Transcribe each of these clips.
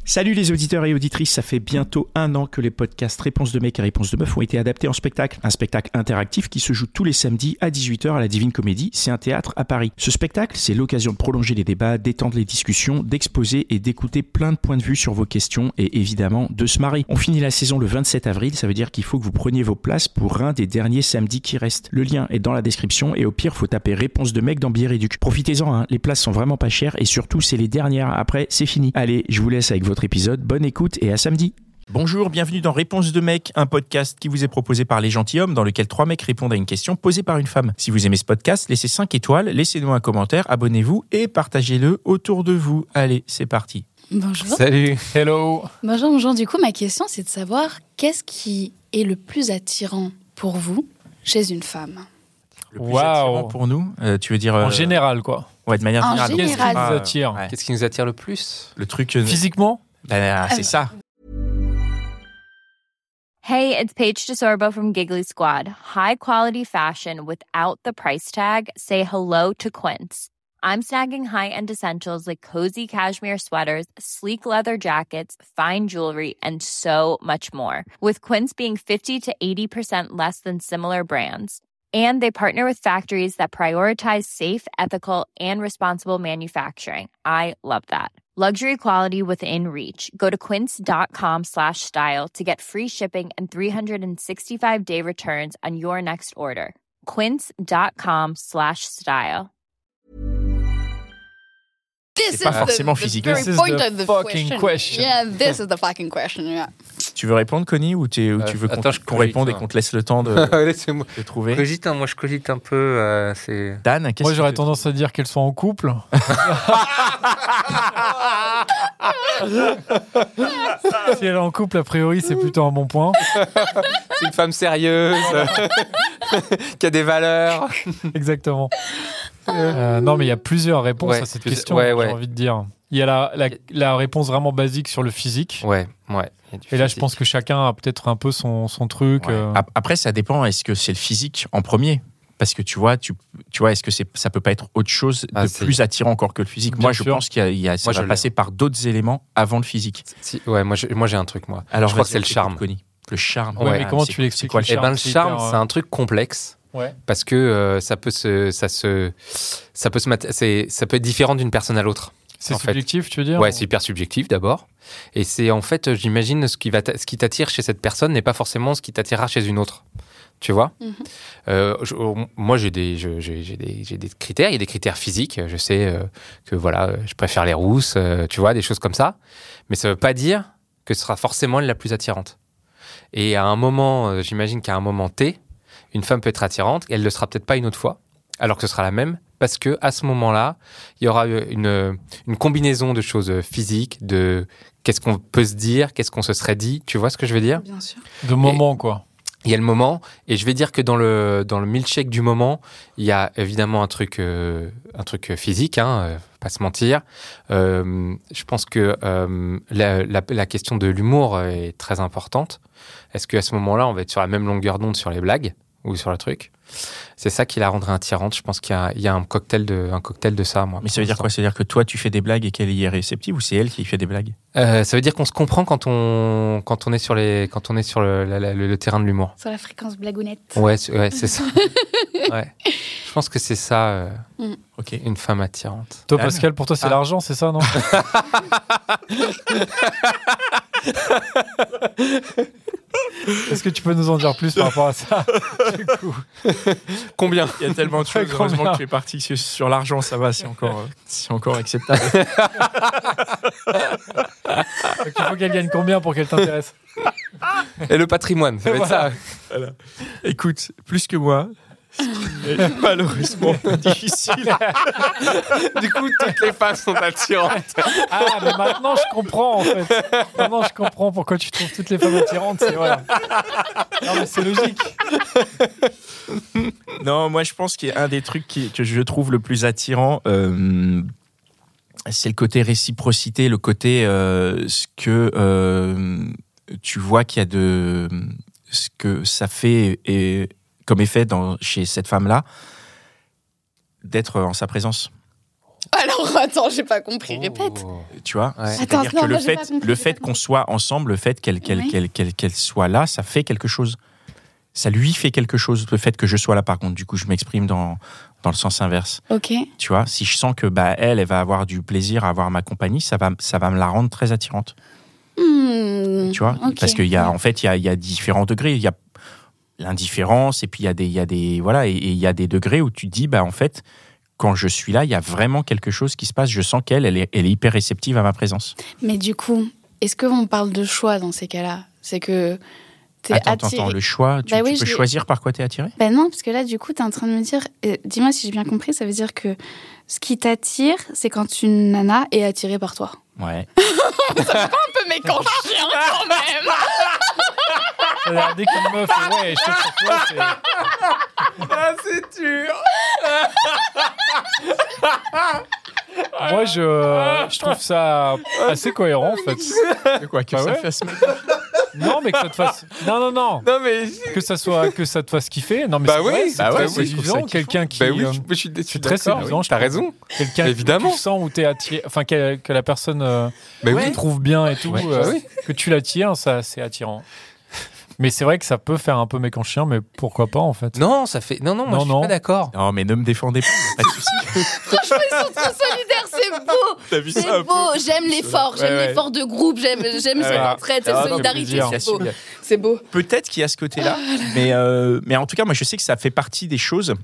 Salut les auditeurs et auditrices, ça fait bientôt 1 an que les podcasts Réponse de mec et Réponse de meuf ont été adaptés en spectacle. Un spectacle interactif qui se joue tous les samedis à 18h à la Divine Comédie, c'est un théâtre à Paris. Ce spectacle, c'est l'occasion de prolonger les débats, d'étendre les discussions, d'exposer et d'écouter plein de points de vue sur vos questions et évidemment de se marrer. On finit la saison le 27 avril, ça veut dire qu'il faut que vous preniez vos places pour un des derniers samedis qui restent. Le lien est dans la description et au pire, faut taper Réponse de mec dans Bière-Éduc. Profitez-en, hein, les places sont vraiment pas chères et surtout, c'est les dernières. Après, c'est fini. Allez, je vous laisse avec votre épisode. Bonne écoute et à samedi. Bonjour, bienvenue dans Réponse de mec, un podcast qui vous est proposé par Les Gentilshommes dans lequel 3 mecs répondent à une question posée par une femme. Si vous aimez ce podcast, laissez 5 étoiles, laissez-nous un commentaire, abonnez-vous et partagez-le autour de vous. Allez, c'est parti. Bonjour. Salut. Hello. Bonjour. Du coup, ma question, c'est de savoir qu'est-ce qui est le plus attirant pour vous chez une femme ? Le plus attirant pour nous, tu veux dire... En général, quoi. Ouais, de manière générale. Qu'est-ce qui nous attire ? Ouais. Qu'est-ce qui nous attire le plus ? Le truc... Physiquement ? C'est ça. Hey, it's Paige DeSorbo from Giggly Squad. High quality fashion without the price tag. Say hello to Quince. I'm snagging high-end essentials like cozy cashmere sweaters, sleek leather jackets, fine jewelry, and so much more. With Quince being 50 to 80% less than similar brands. And they partner with factories that prioritize safe, ethical, and responsible manufacturing. I love that. Luxury quality within reach. Go to quince.com/style to get free shipping and 365-day returns on your next order. Quince.com/style. C'est pas forcément physique. This is the fucking question. Yeah, this is the fucking question, yeah. Tu veux répondre, Connie, ou tu veux qu'on réponde et qu'on te laisse le temps de trouver ? Moi je cogite un peu. Dan, moi j'aurais tendance à dire qu'elles sont en couple. Si elle est en couple, a priori, c'est plutôt un bon point. C'est une femme sérieuse, qui a des valeurs. Exactement. Non, mais il y a plusieurs réponses à cette question, j'ai envie de dire. Il y a la réponse vraiment basique sur le physique. Ouais. Et là, je pense que chacun a peut-être un peu son truc. Ouais. Après, ça dépend. Est-ce que c'est le physique en premier ? Parce que tu vois, est-ce que ça peut pas être autre chose de plus attirant encore que le physique ? Moi, je pense qu'il y a ça va passer par d'autres éléments avant le physique. Moi j'ai un truc, moi. Alors, je crois que c'est le charme. Le charme. Ouais, mais comment tu l'expliques ? C'est quoi le charme ? Le charme, c'est un truc complexe. Ouais. Parce que ça peut être différent d'une personne à l'autre. C'est subjectif, tu veux dire ? Ouais, c'est hyper subjectif d'abord. Et c'est en fait, j'imagine, ce qui t'attire chez cette personne n'est pas forcément ce qui t'attirera chez une autre. Tu vois ? Moi, j'ai des critères. Il y a des critères physiques. Je sais que je préfère les rousses, tu vois, des choses comme ça. Mais ça ne veut pas dire que ce sera forcément la plus attirante. Et à un moment, j'imagine qu'à un moment T, une femme peut être attirante, elle ne le sera peut-être pas une autre fois, alors que ce sera la même, parce qu'à ce moment-là, il y aura une combinaison de choses physiques, de qu'est-ce qu'on peut se dire, qu'est-ce qu'on se serait dit, tu vois ce que je veux dire ? Bien sûr. De moment, quoi. Il y a le moment, et je vais dire que dans le milkshake du moment, il y a évidemment un truc physique, pas se mentir. Je pense que la question de l'humour est très importante. Est-ce qu'à ce moment-là, on va être sur la même longueur d'onde sur les blagues ou sur le truc ? C'est ça qui la rendrait attirante. Je pense qu'il y a un cocktail de ça, moi. Mais ça veut dire quoi ? Ça veut dire que toi, tu fais des blagues et qu'elle y est réceptive, ou c'est elle qui fait des blagues ? Ça veut dire qu'on se comprend quand on est sur le terrain de l'humour. Sur la fréquence blagounette. Ouais, c'est ça. Ouais. Je pense que c'est ça, une femme attirante. Toi, Pascal, pour toi, c'est l'argent, c'est ça, non ? Est-ce que tu peux nous en dire plus par rapport à ça, du coup ? Combien ? Il y a tellement de choses. Heureusement que tu es parti sur l'argent, ça va, c'est encore acceptable. Donc, il faut qu'elle gagne combien pour qu'elle t'intéresse ? Et le patrimoine, ça va être ça. Voilà. Écoute, plus que moi, c'est malheureusement difficile. Du coup, toutes les femmes sont attirantes. Ah, mais maintenant, je comprends, en fait. Maintenant, je comprends pourquoi tu trouves toutes les femmes attirantes. C'est vrai. Non, mais c'est logique. Non, moi, je pense qu'il y a un des trucs que je trouve le plus attirant, c'est le côté réciprocité, le côté ce que tu vois qu'il y a de... ce que ça fait comme effet chez cette femme-là, d'être en sa présence. Alors Attends, j'ai pas compris. Répète. Tu vois, ouais. C'est-à-dire que le fait qu'on soit ensemble, le fait qu'elle soit là, ça fait quelque chose. Ça lui fait quelque chose, le fait que je sois là. Par contre, du coup, je m'exprime dans le sens inverse. Ok. Tu vois, si je sens que elle va avoir du plaisir à avoir ma compagnie, ça va me la rendre très attirante. Tu vois, parce qu'il y a en fait il y a différents degrés. Il y a l'indifférence et puis il y a des voilà et il y a des degrés où tu te dis en fait quand je suis là, il y a vraiment quelque chose qui se passe. Je sens qu'elle est hyper réceptive à ma présence. Mais du coup, est-ce qu'on parle de choix dans ces cas-là ? C'est que t'es attiré. Attends, le choix, tu peux choisir par quoi t'es attiré ? Non, parce que là, du coup, t'es en train de me dire... dis-moi si j'ai bien compris, ça veut dire que ce qui t'attire, c'est quand une nana est attirée par toi. Ouais. Ça fait pas un peu méconchien quand même. Dès qu'une meuf je sais pour toi, c'est... c'est dur. Moi, je trouve ça assez cohérent, en fait. Quoi, que ça fasse... Non, mais que ça te fasse... Non. Non, mais... Que ça te fasse kiffer. Non, mais c'est très séduisant. Quelqu'un qui... je suis très séduisant. T'as raison. Quelqu'un que tu sens où t'es attiré... Enfin, que la personne te trouve bien et tout. Que tu l'attires, ça, c'est attirant. Mais c'est vrai que ça peut faire un peu méconchien, mais pourquoi pas, en fait. Non, ça fait... Non, moi, je suis pas d'accord. Non, mais ne me défendez pas, pas de souci. Franchement, ils sont trop solidaires, c'est beau. T'as vu c'est ça beau, j'aime l'effort, l'effort de groupe, j'aime cette entraide, cette solidarité, c'est beau. C'est beau. Peut-être qu'il y a ce côté-là, mais en tout cas, moi, je sais que ça fait partie des choses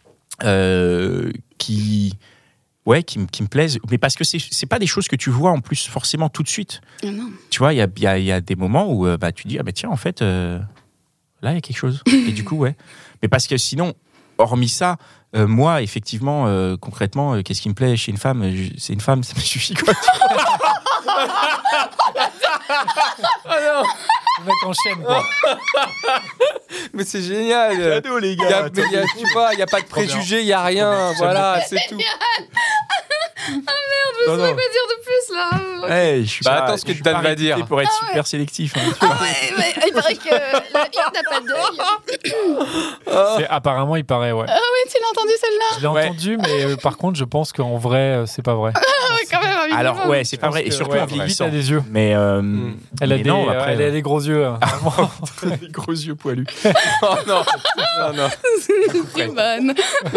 qui me plaisent, mais parce que c'est pas des choses que tu vois en plus forcément tout de suite. Non. Tu vois, il y a des moments où tu dis tiens, en fait là il y a quelque chose. Et du coup mais parce que sinon, hormis ça, moi effectivement concrètement, qu'est-ce qui me plaît chez une femme, c'est une femme, ça me suffit quoi. Le mec enchaîne quoi. Mais c'est génial. Cadeau les gars. Tu vois, il y a pas de préjugés, il y a rien. Voilà, c'est tout. Ah merde, je sais pas dire de plus là. Je suis pas, attends ce que Dan va dire. Pour être super sélectif. Mais il paraît que la une n'a pas d'œil. Apparemment, il paraît, ouais. Ah oui, tu l'as entendu celle-là ? Je l'ai entendu, mais par contre, je pense qu'en vrai, c'est pas vrai. Quand même, évidemment. Alors c'est pas vrai, et surtout en vieillissant. Elle a des yeux. Mais elle a des gros yeux. Des gros yeux poilus. Oh non. C'est bonne.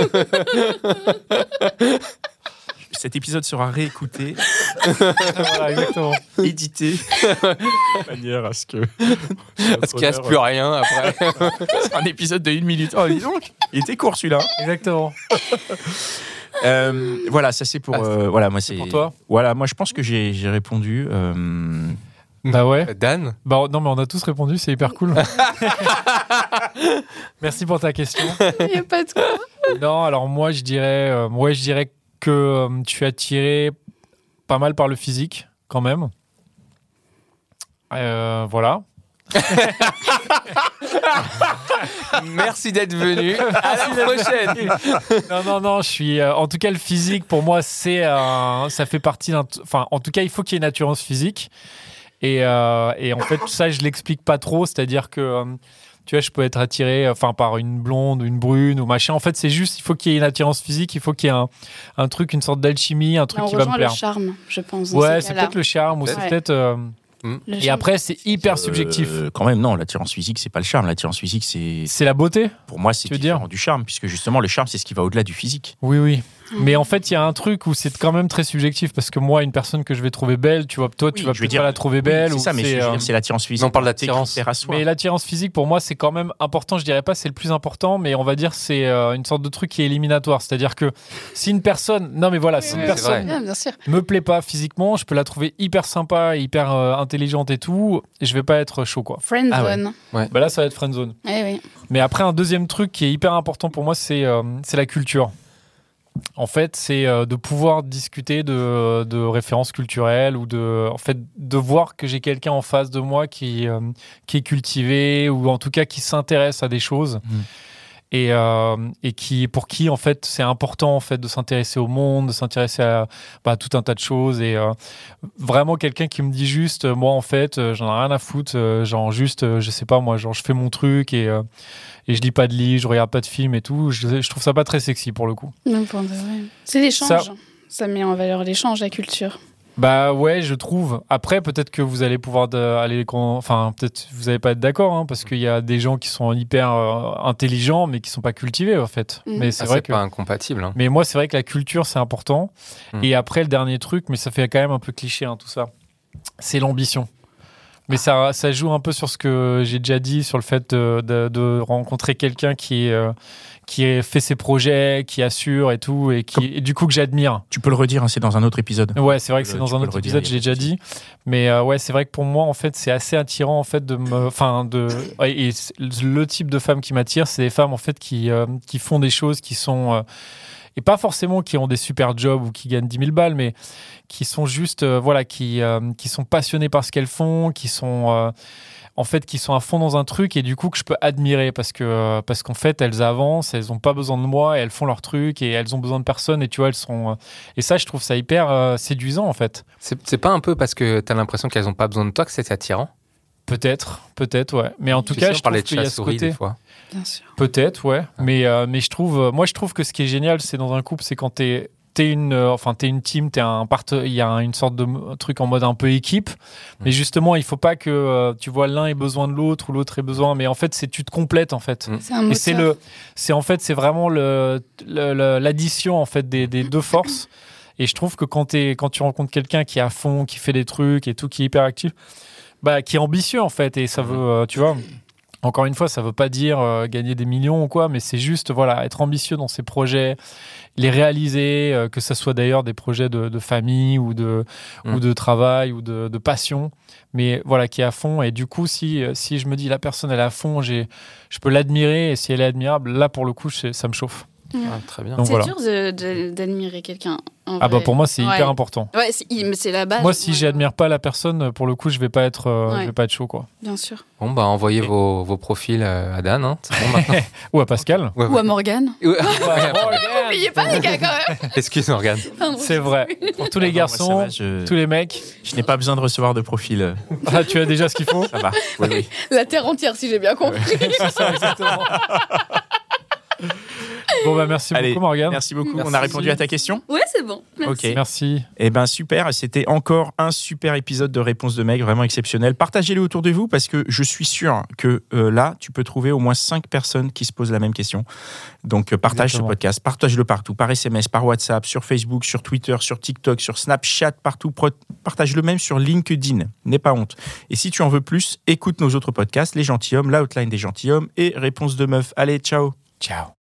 Cet épisode sera réécouté, Voilà, exactement. édité, de manière à ce qu'il ne reste plus rien après. C'est un épisode de 1 minute. Oh, dis donc, il était court celui-là. Exactement. Voilà, ça c'est pour. Voilà, moi c'est pour toi. Voilà, moi je pense que j'ai répondu. Bah ouais. Dan ? Non, mais on a tous répondu, c'est hyper cool. Merci pour ta question. Il n'y a pas de quoi. Non, alors moi je dirais que tu es attiré pas mal par le physique, quand même. Voilà. Merci d'être venu. À la prochaine. Non, je suis... en tout cas, le physique, pour moi, ça fait partie d'un... Enfin, en tout cas, il faut qu'il y ait une attirance physique. Et en fait, ça, je l'explique pas trop. C'est-à-dire que... tu vois, je peux être attiré par une blonde ou une brune ou machin. En fait, c'est juste, il faut qu'il y ait une attirance physique, il faut qu'il y ait un truc, une sorte d'alchimie, un truc qui va me plaire. Le charme, je pense. Ouais, c'est peut-être le charme ou c'est peut-être... Et après, c'est hyper subjectif. Quand même, non, l'attirance physique, c'est pas le charme. L'attirance physique, c'est... C'est la beauté. Pour moi, c'est différent du charme, puisque justement, le charme, c'est ce qui va au-delà du physique. Oui. Mais en fait, il y a un truc où c'est quand même très subjectif, parce que moi, une personne que je vais trouver belle, tu vois, toi, tu vas peut-être pas la trouver belle. C'est ça, mais c'est l'attirance physique. On parle d'attirance. Mais l'attirance physique, pour moi, c'est quand même important. Je dirais pas c'est le plus important, mais on va dire c'est une sorte de truc qui est éliminatoire. C'est-à-dire que si une personne, si une personne me plaît pas physiquement, je peux la trouver hyper sympa, hyper intelligente et tout, et je vais pas être chaud, quoi. Friendzone. Ouais. Là, ça va être friendzone. Oui. Mais après, un deuxième truc qui est hyper important pour moi, c'est la culture. En fait, c'est de pouvoir discuter de références culturelles ou de voir que j'ai quelqu'un en face de moi qui est cultivé ou en tout cas qui s'intéresse à des choses et pour qui en fait c'est important en fait de s'intéresser au monde, de s'intéresser à tout un tas de choses et vraiment quelqu'un qui me dit juste moi en fait j'en ai rien à foutre, genre juste je sais pas moi, genre je fais mon truc et je lis pas de livres, je regarde pas de films et tout. Je trouve ça pas très sexy pour le coup. Non, c'est l'échange. Ça met en valeur l'échange, la culture. Bah ouais, je trouve. Après, peut-être que vous allez pouvoir peut-être vous n'allez pas être d'accord, hein, parce qu'il y a des gens qui sont hyper intelligents, mais qui sont pas cultivés en fait. Mais c'est vrai que pas incompatible. Hein. Mais moi, c'est vrai que la culture, c'est important. Et après, le dernier truc, mais ça fait quand même un peu cliché, hein, tout ça, c'est l'ambition. Mais ça joue un peu sur ce que j'ai déjà dit, sur le fait de rencontrer quelqu'un qui fait ses projets, qui assure et tout, et du coup que j'admire. Tu peux le redire, hein, c'est dans un autre épisode. Ouais, c'est vrai que c'est dans un autre épisode, je l'ai déjà dit. Mais ouais, c'est vrai que pour moi, en fait, c'est assez attirant, en fait, et le type de femme qui m'attire, c'est des femmes, en fait, qui font des choses qui sont... et pas forcément qui ont des super jobs ou qui gagnent 10 000 balles, mais qui sont juste, qui sont passionnées par ce qu'elles font, qui sont à fond dans un truc et du coup que je peux admirer parce qu'en fait, elles avancent, elles n'ont pas besoin de moi et elles font leur truc et elles ont besoin de personne et tu vois, elles sont... et ça, je trouve ça hyper séduisant, en fait. C'est pas un peu parce que t'as l'impression qu'elles n'ont pas besoin de toi que c'est attirant? Peut-être, ouais. Mais en tout cas, je trouve qu'il y a ce côté... des fois. Bien sûr. Peut-être, ouais. Mais je trouve que ce qui est génial, c'est dans un couple, c'est quand t'es une team, il y a une sorte de truc en mode un peu équipe. Mais justement, il faut pas que tu vois l'un ait besoin de l'autre ou l'autre ait besoin. Mais en fait, tu te complètes en fait. C'est un moteur. Et c'est vraiment l'addition en fait des deux forces. Et je trouve que quand tu rencontres quelqu'un qui est à fond, qui fait des trucs et tout, qui est hyper actif, qui est ambitieux en fait. Et ça veut, tu vois. Encore une fois, ça ne veut pas dire gagner des millions ou quoi, mais c'est juste être ambitieux dans ses projets, les réaliser, que ce soit d'ailleurs des projets de famille ou de travail ou de passion, mais voilà, qui est à fond. Et du coup, si je me dis la personne elle est à fond, je peux l'admirer et si elle est admirable, là pour le coup, ça me chauffe. Ah, très bien. Donc, c'est dur d'admirer quelqu'un. Pour moi, c'est hyper important. Ouais, c'est la base. Moi, si j'admire pas la personne, pour le coup, je vais pas être chaud, quoi. Bien sûr. Bon, envoyez vos profils à Dan, hein. C'est bon maintenant. Ou à Pascal. Ou à Morgane. N'oubliez pas les gars, quand même. Excuse Morgane. C'est vrai. Pour tous les garçons, tous les mecs. Je n'ai pas besoin de recevoir de profil. Ah, tu as déjà ce qu'il faut. Ça va. Oui. La terre entière, si j'ai bien compris. C'est ça, exactement. Bon, merci beaucoup, Morgane. Merci beaucoup. Merci. On a répondu à ta question? Ouais, c'est bon. Merci. Ok. Merci. Super. C'était encore un super épisode de Réponse de mec, vraiment exceptionnel. Partagez-le autour de vous parce que je suis sûr que là, tu peux trouver au moins 5 personnes qui se posent la même question. Donc, partage ce podcast, partage-le partout, par SMS, par WhatsApp, sur Facebook, sur Twitter, sur TikTok, sur Snapchat, partout. Partage-le même sur LinkedIn. N'aie pas honte. Et si tu en veux plus, écoute nos autres podcasts, Les Gentilshommes, l'Outline des Gentilshommes et Réponse de meuf. Allez, ciao. Ciao.